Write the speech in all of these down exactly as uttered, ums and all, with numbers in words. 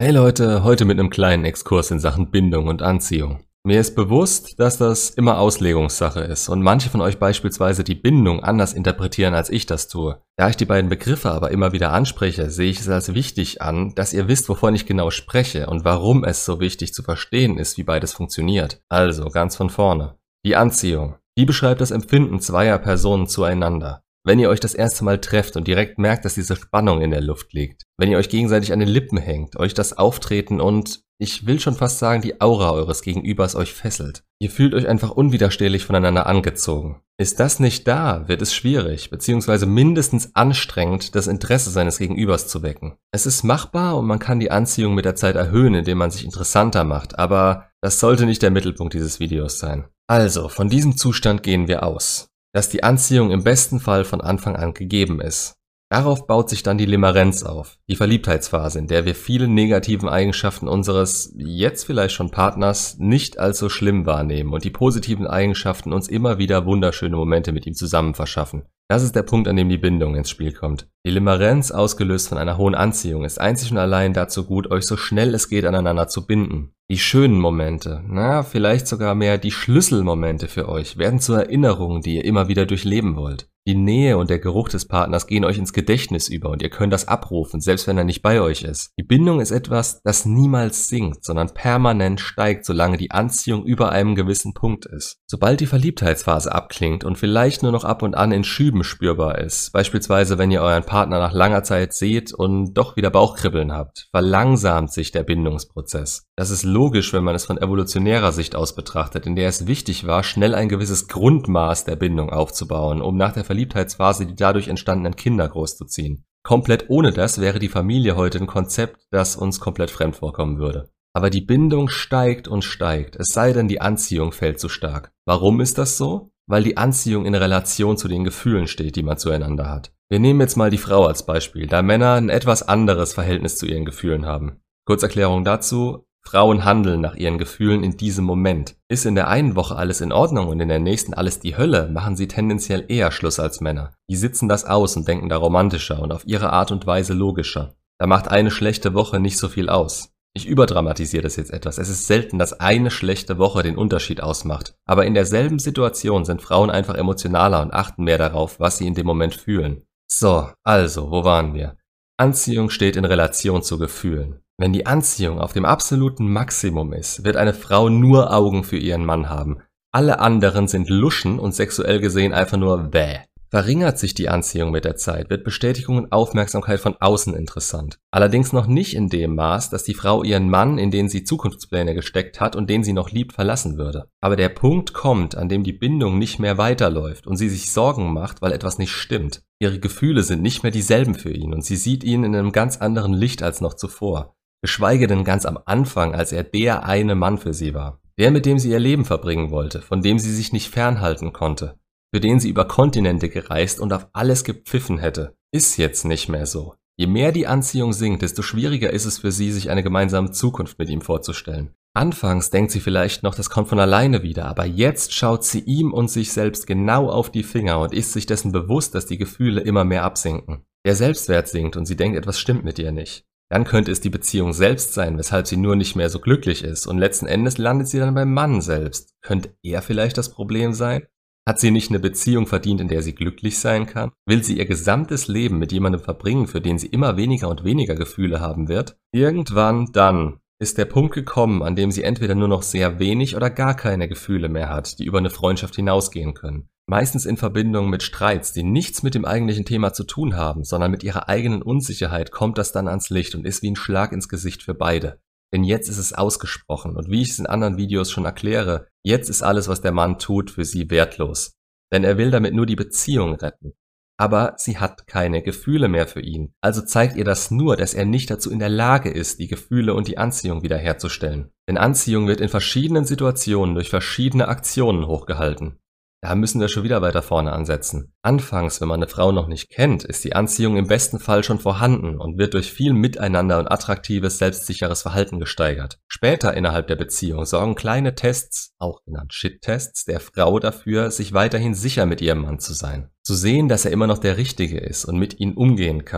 Hey Leute, heute mit einem kleinen Exkurs in Sachen Bindung und Anziehung. Mir ist bewusst, dass das immer Auslegungssache ist und manche von euch beispielsweise die Bindung anders interpretieren, als ich das tue. Da ich die beiden Begriffe aber immer wieder anspreche, sehe ich es als wichtig an, dass ihr wisst, wovon ich genau spreche und warum es so wichtig zu verstehen ist, wie beides funktioniert. Also, ganz von vorne. Die Anziehung. Die beschreibt das Empfinden zweier Personen zueinander. Wenn ihr euch das erste Mal trefft und direkt merkt, dass diese Spannung in der Luft liegt, wenn ihr euch gegenseitig an den Lippen hängt, euch das Auftreten und, ich will schon fast sagen, die Aura eures Gegenübers euch fesselt. Ihr fühlt euch einfach unwiderstehlich voneinander angezogen. Ist das nicht da, wird es schwierig, beziehungsweise mindestens anstrengend, das Interesse seines Gegenübers zu wecken. Es ist machbar und man kann die Anziehung mit der Zeit erhöhen, indem man sich interessanter macht, aber das sollte nicht der Mittelpunkt dieses Videos sein. Also, von diesem Zustand gehen wir aus, dass die Anziehung im besten Fall von Anfang an gegeben ist. Darauf baut sich dann die Limerenz auf, die Verliebtheitsphase, in der wir viele negativen Eigenschaften unseres, jetzt vielleicht schon Partners, nicht als so schlimm wahrnehmen und die positiven Eigenschaften uns immer wieder wunderschöne Momente mit ihm zusammen verschaffen. Das ist der Punkt, an dem die Bindung ins Spiel kommt. Die Limerenz, ausgelöst von einer hohen Anziehung, ist einzig und allein dazu gut, euch so schnell es geht aneinander zu binden. Die schönen Momente, na, vielleicht sogar mehr die Schlüsselmomente für euch, werden zu Erinnerungen, die ihr immer wieder durchleben wollt. Die Nähe und der Geruch des Partners gehen euch ins Gedächtnis über und ihr könnt das abrufen, selbst wenn er nicht bei euch ist. Die Bindung ist etwas, das niemals sinkt, sondern permanent steigt, solange die Anziehung über einem gewissen Punkt ist. Sobald die Verliebtheitsphase abklingt und vielleicht nur noch ab und an in Schüben spürbar ist, beispielsweise wenn ihr euren Partner nach langer Zeit seht und doch wieder Bauchkribbeln habt, verlangsamt sich der Bindungsprozess. Das ist logisch, wenn man es von evolutionärer Sicht aus betrachtet, in der es wichtig war, schnell ein gewisses Grundmaß der Bindung aufzubauen, um nach der Verliebtheitsphase die dadurch entstandenen Kinder großzuziehen. Komplett ohne das wäre die Familie heute ein Konzept, das uns komplett fremd vorkommen würde. Aber die Bindung steigt und steigt, es sei denn, die Anziehung fällt zu stark. Warum ist das so? Weil die Anziehung in Relation zu den Gefühlen steht, die man zueinander hat. Wir nehmen jetzt mal die Frau als Beispiel, da Männer ein etwas anderes Verhältnis zu ihren Gefühlen haben. Kurzerklärung dazu: Frauen handeln nach ihren Gefühlen in diesem Moment. Ist in der einen Woche alles in Ordnung und in der nächsten alles die Hölle, machen sie tendenziell eher Schluss als Männer. Die sitzen das aus und denken da romantischer und auf ihre Art und Weise logischer. Da macht eine schlechte Woche nicht so viel aus. Ich überdramatisiere das jetzt etwas. Es ist selten, dass eine schlechte Woche den Unterschied ausmacht. Aber in derselben Situation sind Frauen einfach emotionaler und achten mehr darauf, was sie in dem Moment fühlen. So, also, wo waren wir? Anziehung steht in Relation zu Gefühlen. Wenn die Anziehung auf dem absoluten Maximum ist, wird eine Frau nur Augen für ihren Mann haben. Alle anderen sind Luschen und sexuell gesehen einfach nur bäh. Verringert sich die Anziehung mit der Zeit, wird Bestätigung und Aufmerksamkeit von außen interessant. Allerdings noch nicht in dem Maß, dass die Frau ihren Mann, in den sie Zukunftspläne gesteckt hat und den sie noch liebt, verlassen würde. Aber der Punkt kommt, an dem die Bindung nicht mehr weiterläuft und sie sich Sorgen macht, weil etwas nicht stimmt. Ihre Gefühle sind nicht mehr dieselben für ihn und sie sieht ihn in einem ganz anderen Licht als noch zuvor. Geschweige denn ganz am Anfang, als er der eine Mann für sie war. Der, mit dem sie ihr Leben verbringen wollte, von dem sie sich nicht fernhalten konnte. Für den sie über Kontinente gereist und auf alles gepfiffen hätte. Ist jetzt nicht mehr so. Je mehr die Anziehung sinkt, desto schwieriger ist es für sie, sich eine gemeinsame Zukunft mit ihm vorzustellen. Anfangs denkt sie vielleicht noch, das kommt von alleine wieder, aber jetzt schaut sie ihm und sich selbst genau auf die Finger und ist sich dessen bewusst, dass die Gefühle immer mehr absinken. Der Selbstwert sinkt und sie denkt, etwas stimmt mit ihr nicht. Dann könnte es die Beziehung selbst sein, weshalb sie nur nicht mehr so glücklich ist und letzten Endes landet sie dann beim Mann selbst. Könnte er vielleicht das Problem sein? Hat sie nicht eine Beziehung verdient, in der sie glücklich sein kann? Will sie ihr gesamtes Leben mit jemandem verbringen, für den sie immer weniger und weniger Gefühle haben wird? Irgendwann dann ist der Punkt gekommen, an dem sie entweder nur noch sehr wenig oder gar keine Gefühle mehr hat, die über eine Freundschaft hinausgehen können. Meistens in Verbindung mit Streits, die nichts mit dem eigentlichen Thema zu tun haben, sondern mit ihrer eigenen Unsicherheit kommt das dann ans Licht und ist wie ein Schlag ins Gesicht für beide. Denn jetzt ist es ausgesprochen und wie ich es in anderen Videos schon erkläre, jetzt ist alles, was der Mann tut, für sie wertlos. Denn er will damit nur die Beziehung retten. Aber sie hat keine Gefühle mehr für ihn. Also zeigt ihr das nur, dass er nicht dazu in der Lage ist, die Gefühle und die Anziehung wiederherzustellen. Denn Anziehung wird in verschiedenen Situationen durch verschiedene Aktionen hochgehalten. Da müssen wir schon wieder weiter vorne ansetzen. Anfangs, wenn man eine Frau noch nicht kennt, ist die Anziehung im besten Fall schon vorhanden und wird durch viel Miteinander und attraktives, selbstsicheres Verhalten gesteigert. Später innerhalb der Beziehung sorgen kleine Tests, auch genannt Shit-Tests, der Frau dafür, sich weiterhin sicher mit ihrem Mann zu sein. Zu sehen, dass er immer noch der Richtige ist und mit ihnen umgehen kann.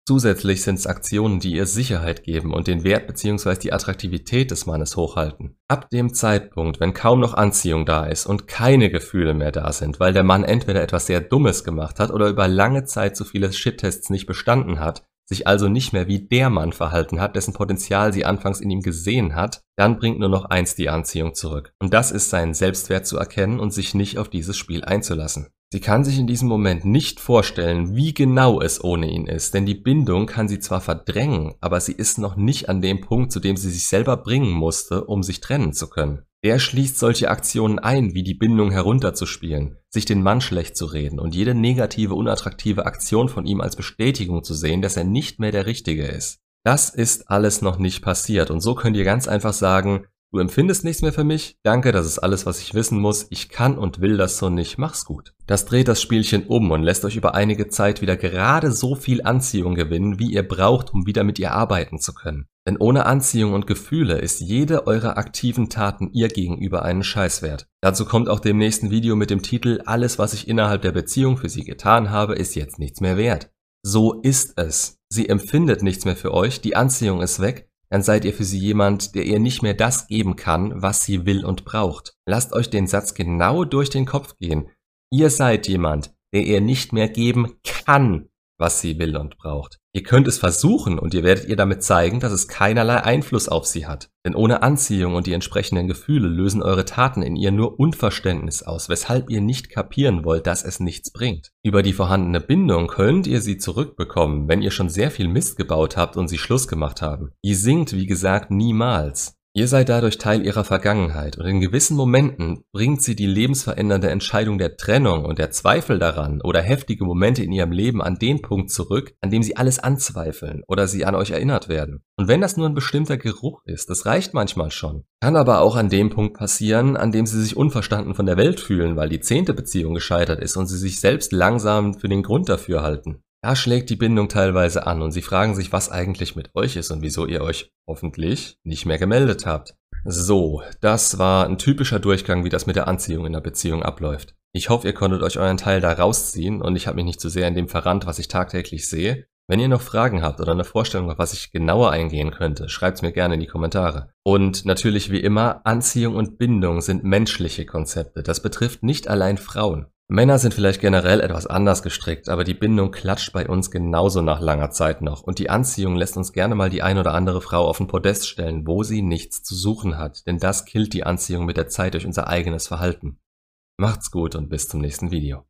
Zusätzlich sind es Aktionen, die ihr Sicherheit geben und den Wert bzw. die Attraktivität des Mannes hochhalten. Ab dem Zeitpunkt, wenn kaum noch Anziehung da ist und keine Gefühle mehr da sind, weil der Mann entweder etwas sehr Dummes gemacht hat oder über lange Zeit so viele Shit-Tests nicht bestanden hat, sich also nicht mehr wie der Mann verhalten hat, dessen Potenzial sie anfangs in ihm gesehen hat, dann bringt nur noch eins die Anziehung zurück. Und das ist seinen Selbstwert zu erkennen und sich nicht auf dieses Spiel einzulassen. Sie kann sich in diesem Moment nicht vorstellen, wie genau es ohne ihn ist, denn die Bindung kann sie zwar verdrängen, aber sie ist noch nicht an dem Punkt, zu dem sie sich selber bringen musste, um sich trennen zu können. Er schließt solche Aktionen ein, wie die Bindung herunterzuspielen, sich den Mann schlecht zu reden und jede negative, unattraktive Aktion von ihm als Bestätigung zu sehen, dass er nicht mehr der Richtige ist. Das ist alles noch nicht passiert und so könnt ihr ganz einfach sagen, du empfindest nichts mehr für mich, danke, das ist alles, was ich wissen muss, ich kann und will das so nicht, mach's gut. Das dreht das Spielchen um und lässt euch über einige Zeit wieder gerade so viel Anziehung gewinnen, wie ihr braucht, um wieder mit ihr arbeiten zu können. Denn ohne Anziehung und Gefühle ist jede eurer aktiven Taten ihr gegenüber einen Scheiß wert. Dazu kommt auch dem nächsten Video mit dem Titel Alles, was ich innerhalb der Beziehung für sie getan habe, ist jetzt nichts mehr wert. So ist es. Sie empfindet nichts mehr für euch, die Anziehung ist weg, dann seid ihr für sie jemand, der ihr nicht mehr das geben kann, was sie will und braucht. Lasst euch den Satz genau durch den Kopf gehen. Ihr seid jemand, der ihr nicht mehr geben kann, was sie will und braucht. Ihr könnt es versuchen und ihr werdet ihr damit zeigen, dass es keinerlei Einfluss auf sie hat. Denn ohne Anziehung und die entsprechenden Gefühle lösen eure Taten in ihr nur Unverständnis aus, weshalb ihr nicht kapieren wollt, dass es nichts bringt. Über die vorhandene Bindung könnt ihr sie zurückbekommen, wenn ihr schon sehr viel Mist gebaut habt und sie Schluss gemacht haben. Die sinkt, wie gesagt, niemals. Ihr seid dadurch Teil ihrer Vergangenheit und in gewissen Momenten bringt sie die lebensverändernde Entscheidung der Trennung und der Zweifel daran oder heftige Momente in ihrem Leben an den Punkt zurück, an dem sie alles anzweifeln oder sie an euch erinnert werden. Und wenn das nur ein bestimmter Geruch ist, das reicht manchmal schon. Kann aber auch an dem Punkt passieren, an dem sie sich unverstanden von der Welt fühlen, weil die zehnte Beziehung gescheitert ist und sie sich selbst langsam für den Grund dafür halten. Da schlägt die Bindung teilweise an und sie fragen sich, was eigentlich mit euch ist und wieso ihr euch hoffentlich nicht mehr gemeldet habt. So, das war ein typischer Durchgang, wie das mit der Anziehung in der Beziehung abläuft. Ich hoffe, ihr konntet euch euren Teil da rausziehen und ich habe mich nicht zu sehr in dem verrannt, was ich tagtäglich sehe. Wenn ihr noch Fragen habt oder eine Vorstellung, auf was ich genauer eingehen könnte, schreibt es mir gerne in die Kommentare. Und natürlich wie immer, Anziehung und Bindung sind menschliche Konzepte. Das betrifft nicht allein Frauen. Männer sind vielleicht generell etwas anders gestrickt, aber die Bindung klatscht bei uns genauso nach langer Zeit noch und die Anziehung lässt uns gerne mal die ein oder andere Frau auf den Podest stellen, wo sie nichts zu suchen hat, denn das killt die Anziehung mit der Zeit durch unser eigenes Verhalten. Macht's gut und bis zum nächsten Video.